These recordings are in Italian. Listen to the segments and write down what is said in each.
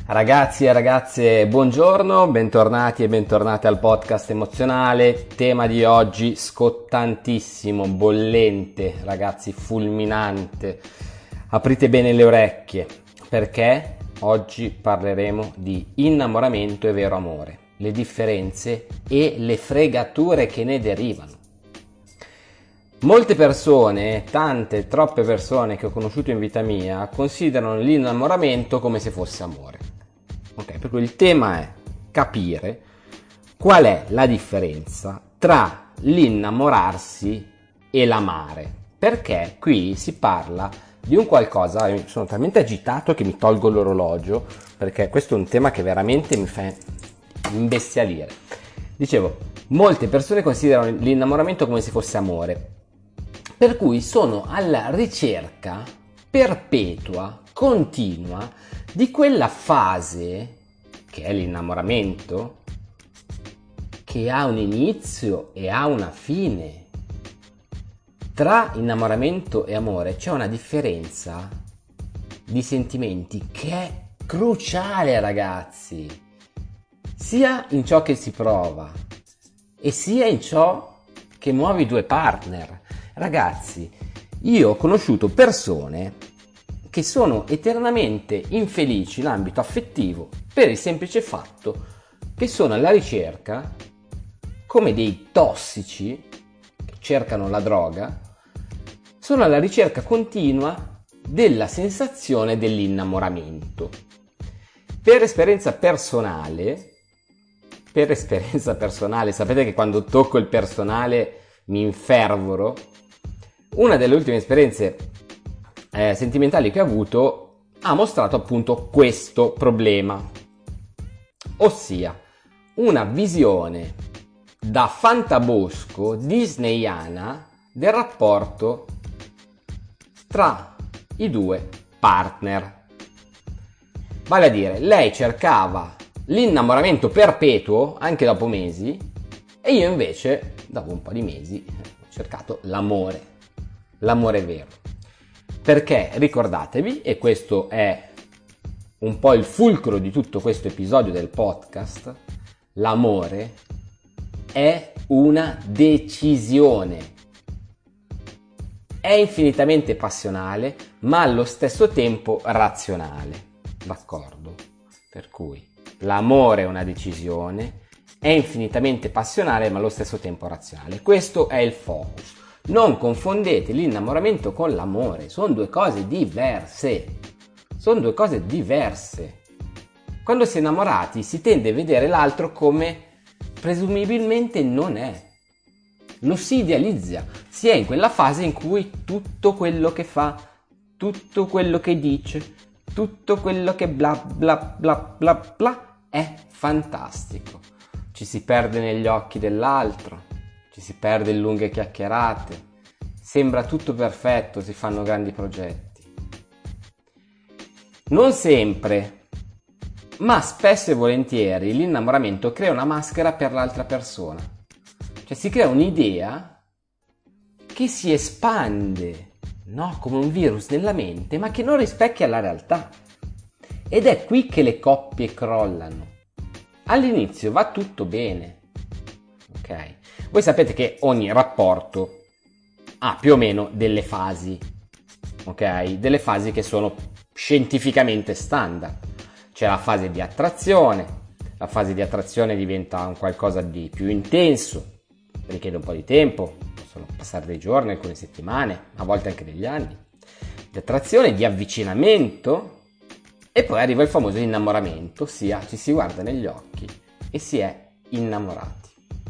Ragazzi e ragazze, buongiorno, bentornati e bentornate al podcast emozionale. Tema di oggi scottantissimo, bollente, ragazzi, fulminante. Aprite bene le orecchie, perché oggi parleremo di innamoramento e vero amore, le differenze e le fregature che ne derivano. Molte persone, tante, troppe persone che ho conosciuto in vita mia, considerano l'innamoramento come se fosse amore. Ok, per cui il tema è capire qual è la differenza tra l'innamorarsi e l'amare. Perché qui si parla di un qualcosa, sono talmente agitato che mi tolgo l'orologio, perché questo è un tema che veramente mi fa imbestialire. Dicevo, molte persone considerano l'innamoramento come se fosse amore. Per cui sono alla ricerca perpetua, continua, di quella fase, che è l'innamoramento, che ha un inizio e ha una fine. Tra innamoramento e amore c'è una differenza di sentimenti che è cruciale, ragazzi, sia in ciò che si prova e sia in ciò che muove i due partner. Ragazzi, io ho conosciuto persone che sono eternamente infelici in ambito affettivo per il semplice fatto che sono alla ricerca, come dei tossici che cercano la droga, sono alla ricerca continua della sensazione dell'innamoramento. Per esperienza personale, sapete che quando tocco il personale mi infervoro. Una delle ultime esperienze sentimentali che ho avuto ha mostrato appunto questo problema, ossia una visione da fantabosco disneyana del rapporto tra i due partner. Vale a dire, lei cercava l'innamoramento perpetuo anche dopo mesi e io invece dopo un po' di mesi ho cercato l'amore vero. Perché ricordatevi, e questo è un po' il fulcro di tutto questo episodio del podcast, l'amore è una decisione. È infinitamente passionale, ma allo stesso tempo razionale. D'accordo? Per cui l'amore è una decisione, è infinitamente passionale, ma allo stesso tempo razionale. Questo è il focus. Non confondete l'innamoramento con l'amore, sono due cose diverse. Quando si è innamorati si tende a vedere l'altro come presumibilmente non è. Lo si idealizza, si è in quella fase in cui tutto quello che fa, tutto quello che dice, tutto quello che bla bla bla bla bla è fantastico. Ci si perde negli occhi dell'altro, ci si perde in lunghe chiacchierate, sembra tutto perfetto, si fanno grandi progetti. Non sempre, ma spesso e volentieri l'innamoramento crea una maschera per l'altra persona. Cioè si crea un'idea che si espande, no? Come un virus nella mente, ma che non rispecchia la realtà. Ed è qui che le coppie crollano. All'inizio va tutto bene, ok? Voi sapete che ogni rapporto ha più o meno delle fasi, ok? Delle fasi che sono scientificamente standard. C'è la fase di attrazione, la fase di attrazione diventa un qualcosa di più intenso, richiede un po' di tempo, possono passare dei giorni, alcune settimane, a volte anche degli anni, di attrazione, di avvicinamento, e poi arriva il famoso innamoramento, ossia ci si guarda negli occhi e si è innamorati.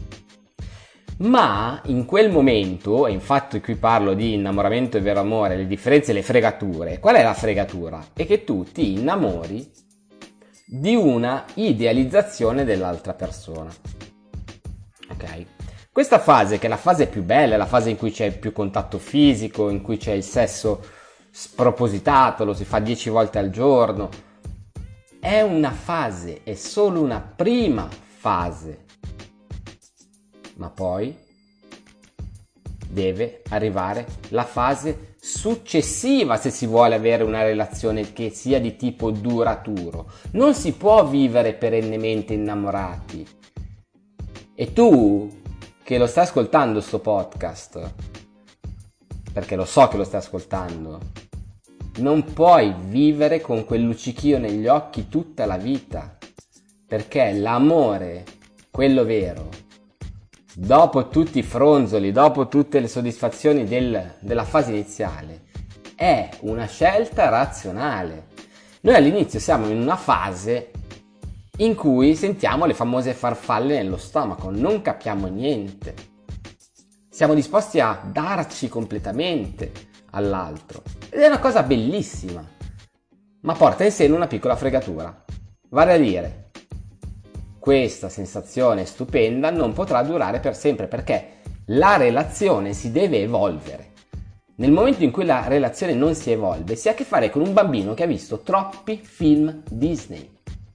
Ma in quel momento, e infatti qui parlo di innamoramento e vero amore, le differenze e le fregature, qual è la fregatura? È che tu ti innamori di una idealizzazione dell'altra persona. Ok? Questa fase, che è la fase più bella, è la fase in cui c'è più contatto fisico, in cui c'è il sesso spropositato, lo si fa 10 volte al giorno, è una fase, è solo una prima fase. Ma poi deve arrivare la fase successiva se si vuole avere una relazione che sia di tipo duraturo. Non si può vivere perennemente innamorati. E tu che lo stai ascoltando sto podcast, perché lo so che lo stai ascoltando, non puoi vivere con quel luccichio negli occhi tutta la vita, perché l'amore, quello vero, dopo tutti i fronzoli, dopo tutte le soddisfazioni della fase iniziale, è una scelta razionale. Noi all'inizio siamo in una fase in cui sentiamo le famose farfalle nello stomaco, non capiamo niente. Siamo disposti a darci completamente all'altro. Ed è una cosa bellissima, ma porta in sé una piccola fregatura. Vale a dire, questa sensazione stupenda non potrà durare per sempre, perché la relazione si deve evolvere. Nel momento in cui la relazione non si evolve, si ha a che fare con un bambino che ha visto troppi film Disney.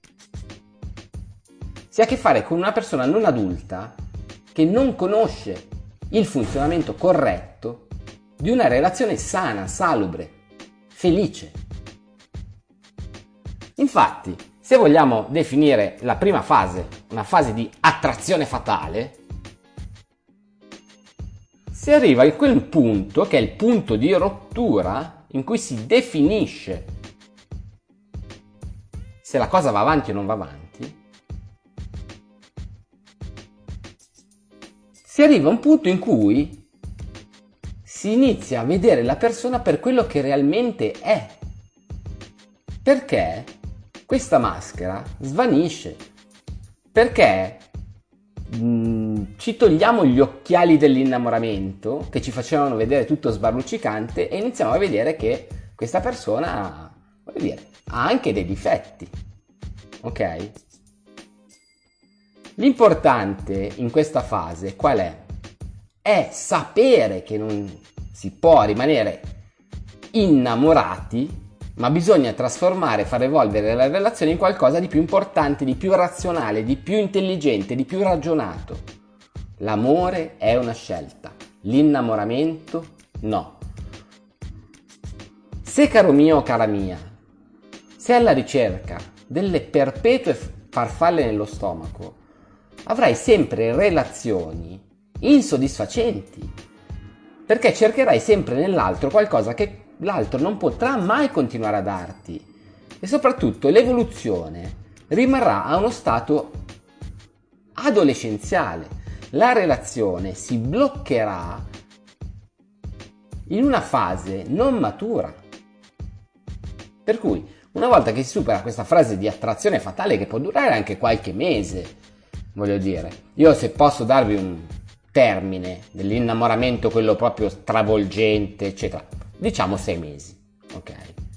Si ha a che fare con una persona non adulta che non conosce il funzionamento corretto di una relazione sana, salubre, felice. Infatti, se vogliamo definire la prima fase una fase di attrazione fatale, si arriva in quel punto che è il punto di rottura in cui si definisce se la cosa va avanti o non va avanti. Si arriva a un punto in cui si inizia a vedere la persona per quello che realmente è, perché questa maschera svanisce, perché ci togliamo gli occhiali dell'innamoramento che ci facevano vedere tutto sbarluccicante e iniziamo a vedere che questa persona, voglio dire, ha anche dei difetti, ok? L'importante in questa fase qual è? È sapere che non si può rimanere innamorati, ma bisogna trasformare, far evolvere la relazione in qualcosa di più importante, di più razionale, di più intelligente, di più ragionato. L'amore è una scelta, l'innamoramento no. Se, caro mio o cara mia, sei alla ricerca delle perpetue farfalle nello stomaco, avrai sempre relazioni insoddisfacenti, perché cercherai sempre nell'altro qualcosa che l'altro non potrà mai continuare a darti, e soprattutto l'evoluzione rimarrà a uno stato adolescenziale. La relazione si bloccherà in una fase non matura, per cui una volta che si supera questa fase di attrazione fatale, che può durare anche qualche mese, voglio dire, io se posso darvi un termine dell'innamoramento, quello proprio stravolgente, eccetera, diciamo 6 mesi, ok?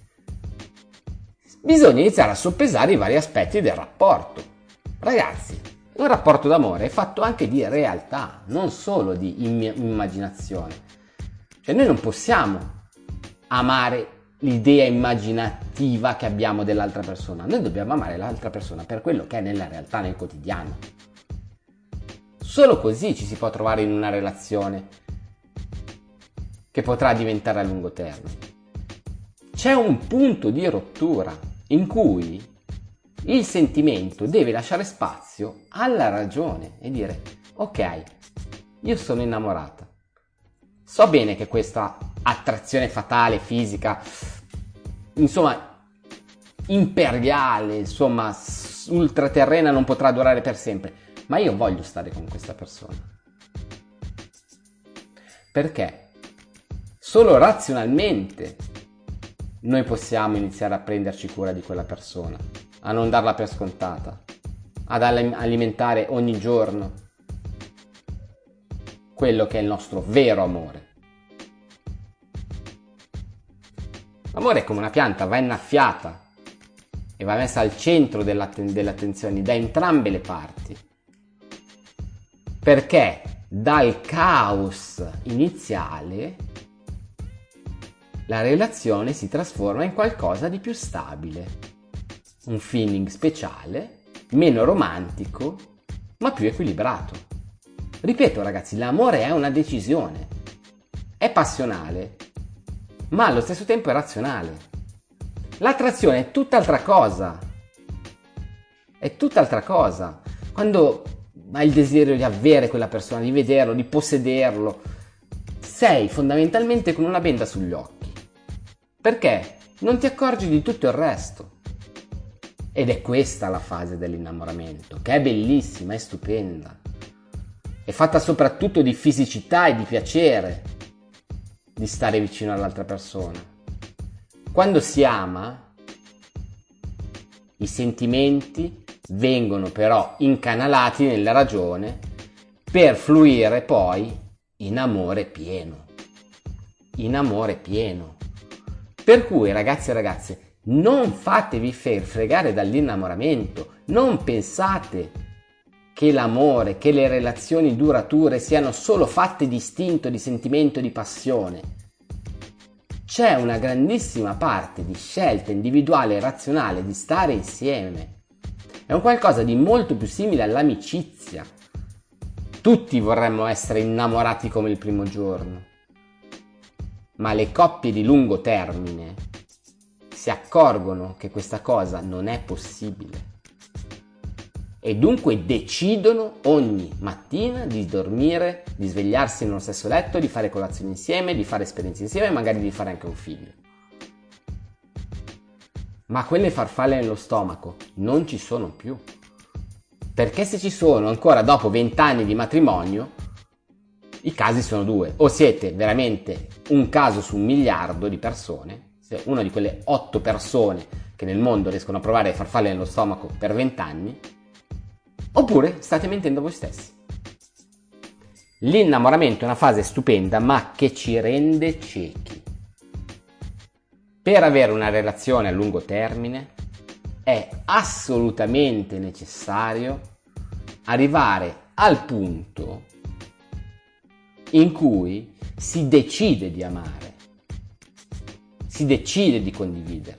Bisogna iniziare a soppesare i vari aspetti del rapporto. Ragazzi, un rapporto d'amore è fatto anche di realtà, non solo di immaginazione. Cioè noi non possiamo amare l'idea immaginativa che abbiamo dell'altra persona, noi dobbiamo amare l'altra persona per quello che è nella realtà, nel quotidiano. Solo così ci si può trovare in una relazione che potrà diventare a lungo termine. C'è un punto di rottura in cui il sentimento deve lasciare spazio alla ragione e dire: ok, io sono innamorata, so bene che questa attrazione fatale, fisica, insomma imperiale, insomma ultraterrena non potrà durare per sempre, ma io voglio stare con questa persona, perché solo razionalmente noi possiamo iniziare a prenderci cura di quella persona, a non darla per scontata, ad alimentare ogni giorno quello che è il nostro vero amore. L'amore è come una pianta, va innaffiata e va messa al centro dell'attenzione da entrambe le parti, perché dal caos iniziale la relazione si trasforma in qualcosa di più stabile, un feeling speciale, meno romantico, ma più equilibrato. Ripeto ragazzi, l'amore è una decisione, è passionale, ma allo stesso tempo è razionale. L'attrazione è tutt'altra cosa. È tutt'altra cosa. Quando hai il desiderio di avere quella persona, di vederlo, di possederlo, sei fondamentalmente con una benda sugli occhi. Perché non ti accorgi di tutto il resto. Ed è questa la fase dell'innamoramento, che è bellissima, è stupenda. È fatta soprattutto di fisicità e di piacere di stare vicino all'altra persona. Quando si ama, i sentimenti vengono però incanalati nella ragione per fluire poi in amore pieno. In amore pieno. Per cui, ragazzi e ragazze, non fatevi fregare dall'innamoramento. Non pensate che l'amore, che le relazioni durature siano solo fatte di istinto, di sentimento, di passione. C'è una grandissima parte di scelta individuale e razionale di stare insieme. È un qualcosa di molto più simile all'amicizia. Tutti vorremmo essere innamorati come il primo giorno, ma le coppie di lungo termine si accorgono che questa cosa non è possibile e dunque decidono ogni mattina di dormire, di svegliarsi nello stesso letto, di fare colazione insieme, di fare esperienze insieme e magari di fare anche un figlio. Ma quelle farfalle nello stomaco non ci sono più. Perché se ci sono ancora dopo 20 anni di matrimonio, i casi sono due. O siete veramente un caso su 1 miliardo di persone, una di quelle 8 persone che nel mondo riescono a provare farfalle nello stomaco per 20 anni, oppure state mentendo voi stessi. L'innamoramento è una fase stupenda, ma che ci rende ciechi. Per avere una relazione a lungo termine è assolutamente necessario arrivare al punto in cui si decide di amare, si decide di condividere.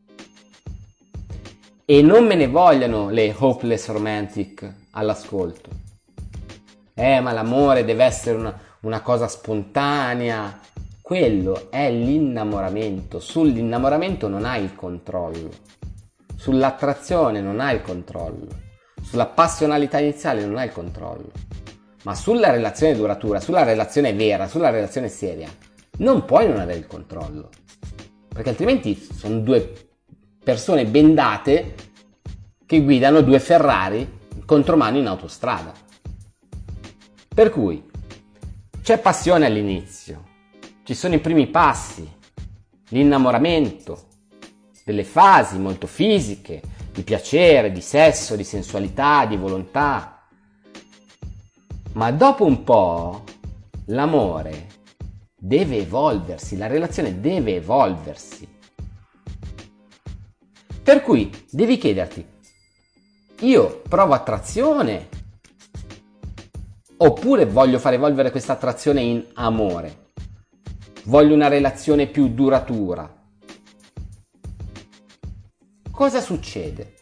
E non me ne vogliano le hopeless romantic all'ascolto. Ma l'amore deve essere una cosa spontanea. Quello è l'innamoramento. Sull'innamoramento non hai il controllo. Sull'attrazione non hai il controllo. Sulla passionalità iniziale non hai il controllo. Ma sulla relazione duratura, sulla relazione vera, sulla relazione seria, non puoi non avere il controllo. Perché altrimenti sono 2 persone bendate che guidano 2 Ferrari contromano in autostrada. Per cui c'è passione all'inizio, ci sono i primi passi, l'innamoramento, delle fasi molto fisiche, di piacere, di sesso, di sensualità, di volontà. Ma dopo un po' l'amore deve evolversi, la relazione deve evolversi. Per cui devi chiederti, io provo attrazione oppure voglio far evolvere questa attrazione in amore? Voglio una relazione più duratura? Cosa succede?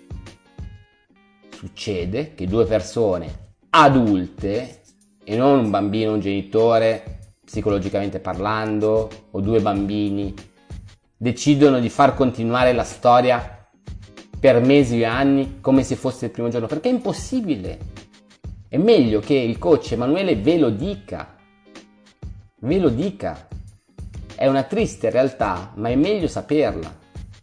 Succede che 2 persone adulte e non un bambino, un genitore, psicologicamente parlando, o 2 bambini, decidono di far continuare la storia per mesi e anni come se fosse il primo giorno, perché è impossibile. È meglio che il coach Emanuele ve lo dica. Ve lo dica. È una triste realtà, ma è meglio saperla.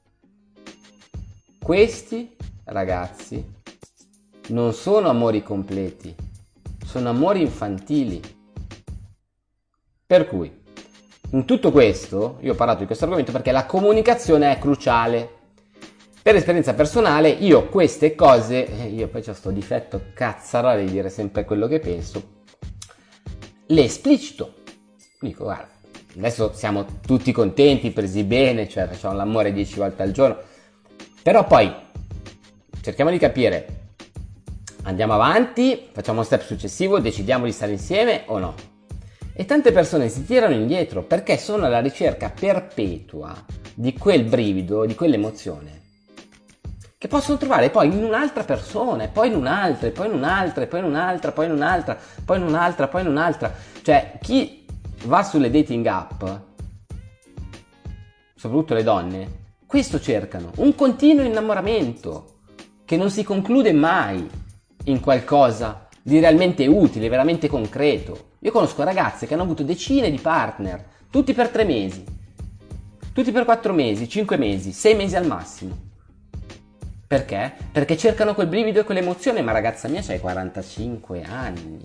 Questi, ragazzi, non sono amori completi, sono amori infantili. Per cui, in tutto questo, io ho parlato di questo argomento perché la comunicazione è cruciale. Per esperienza personale, io queste cose, io poi c'ho sto difetto cazzarola di dire sempre quello che penso, le esplicito. Dico, guarda, adesso siamo tutti contenti, presi bene, cioè facciamo l'amore 10 volte al giorno, però poi cerchiamo di capire, andiamo avanti, facciamo uno step successivo, decidiamo di stare insieme o no? E tante persone si tirano indietro perché sono alla ricerca perpetua di quel brivido, di quell'emozione che possono trovare poi in un'altra persona, e poi in un'altra, e poi in un'altra, e poi in un'altra, poi in un'altra, poi in un'altra, poi in un'altra. Cioè, chi va sulle dating app, soprattutto le donne, questo cercano, un continuo innamoramento che non si conclude mai in qualcosa di realmente utile, veramente concreto. Io conosco ragazze che hanno avuto decine di partner, tutti per 3 mesi, tutti per 4 mesi, 5 mesi, 6 mesi al massimo. Perché? Perché cercano quel brivido e quell'emozione. Ma ragazza mia, c'hai 45 anni.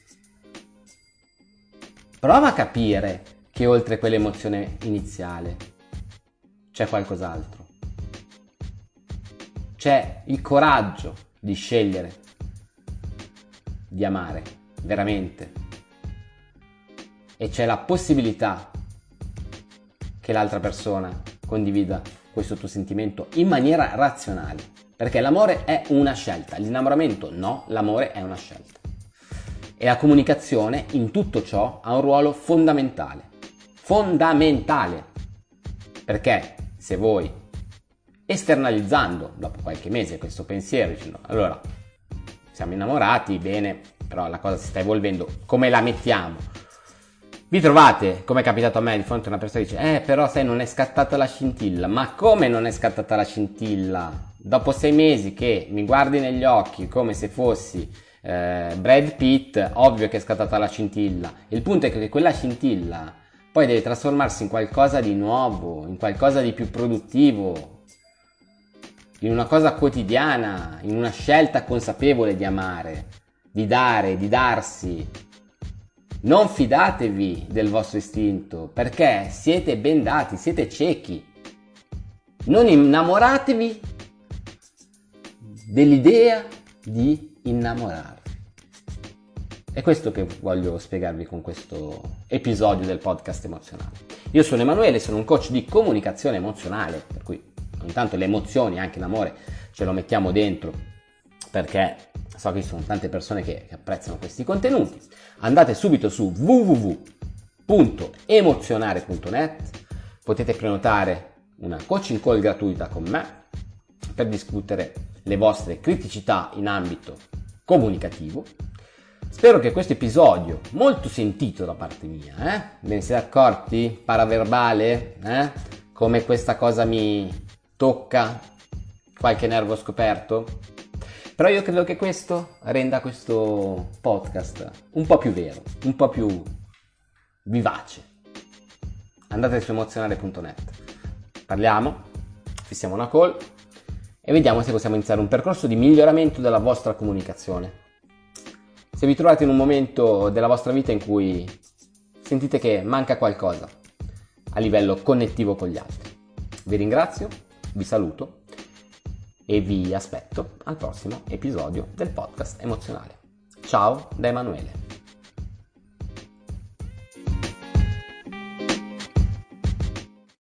Prova a capire che oltre quell'emozione iniziale c'è qualcos'altro. C'è il coraggio di scegliere, di amare, veramente. E c'è la possibilità che l'altra persona condivida questo tuo sentimento in maniera razionale. Perché l'amore è una scelta, l'innamoramento no, l'amore è una scelta. E la comunicazione in tutto ciò ha un ruolo fondamentale. Fondamentale! Perché se voi, esternalizzando dopo qualche mese questo pensiero, dicendo allora siamo innamorati, bene, però la cosa si sta evolvendo, come la mettiamo? Vi trovate, come è capitato a me, di fronte a una persona che dice però sai, non è scattata la scintilla. Ma come non è scattata la scintilla? Dopo 6 mesi che mi guardi negli occhi come se fossi Brad Pitt, ovvio che è scattata la scintilla. Il punto è che quella scintilla poi deve trasformarsi in qualcosa di nuovo, in qualcosa di più produttivo, in una cosa quotidiana, in una scelta consapevole di amare, di dare, di darsi. Non fidatevi del vostro istinto, perché siete bendati, siete ciechi. Non innamoratevi dell'idea di innamorarvi. È questo che voglio spiegarvi con questo episodio del podcast emozionale. Io sono Emanuele, sono un coach di comunicazione emozionale, per cui ogni tanto le emozioni, anche l'amore, ce lo mettiamo dentro, perché so che ci sono tante persone che apprezzano questi contenuti. Andate subito su www.emozionare.net, potete prenotare una coaching call gratuita con me per discutere le vostre criticità in ambito comunicativo. Spero che questo episodio, molto sentito da parte mia, ve ne siete accorti? Paraverbale? Come questa cosa mi tocca? Qualche nervo scoperto? Però io credo che questo renda questo podcast un po' più vero, un po' più vivace. Andate su emozionare.net, parliamo, fissiamo una call e vediamo se possiamo iniziare un percorso di miglioramento della vostra comunicazione. Se vi trovate in un momento della vostra vita in cui sentite che manca qualcosa a livello connettivo con gli altri, vi ringrazio, vi saluto e vi aspetto al prossimo episodio del podcast emozionale. Ciao da Emanuele.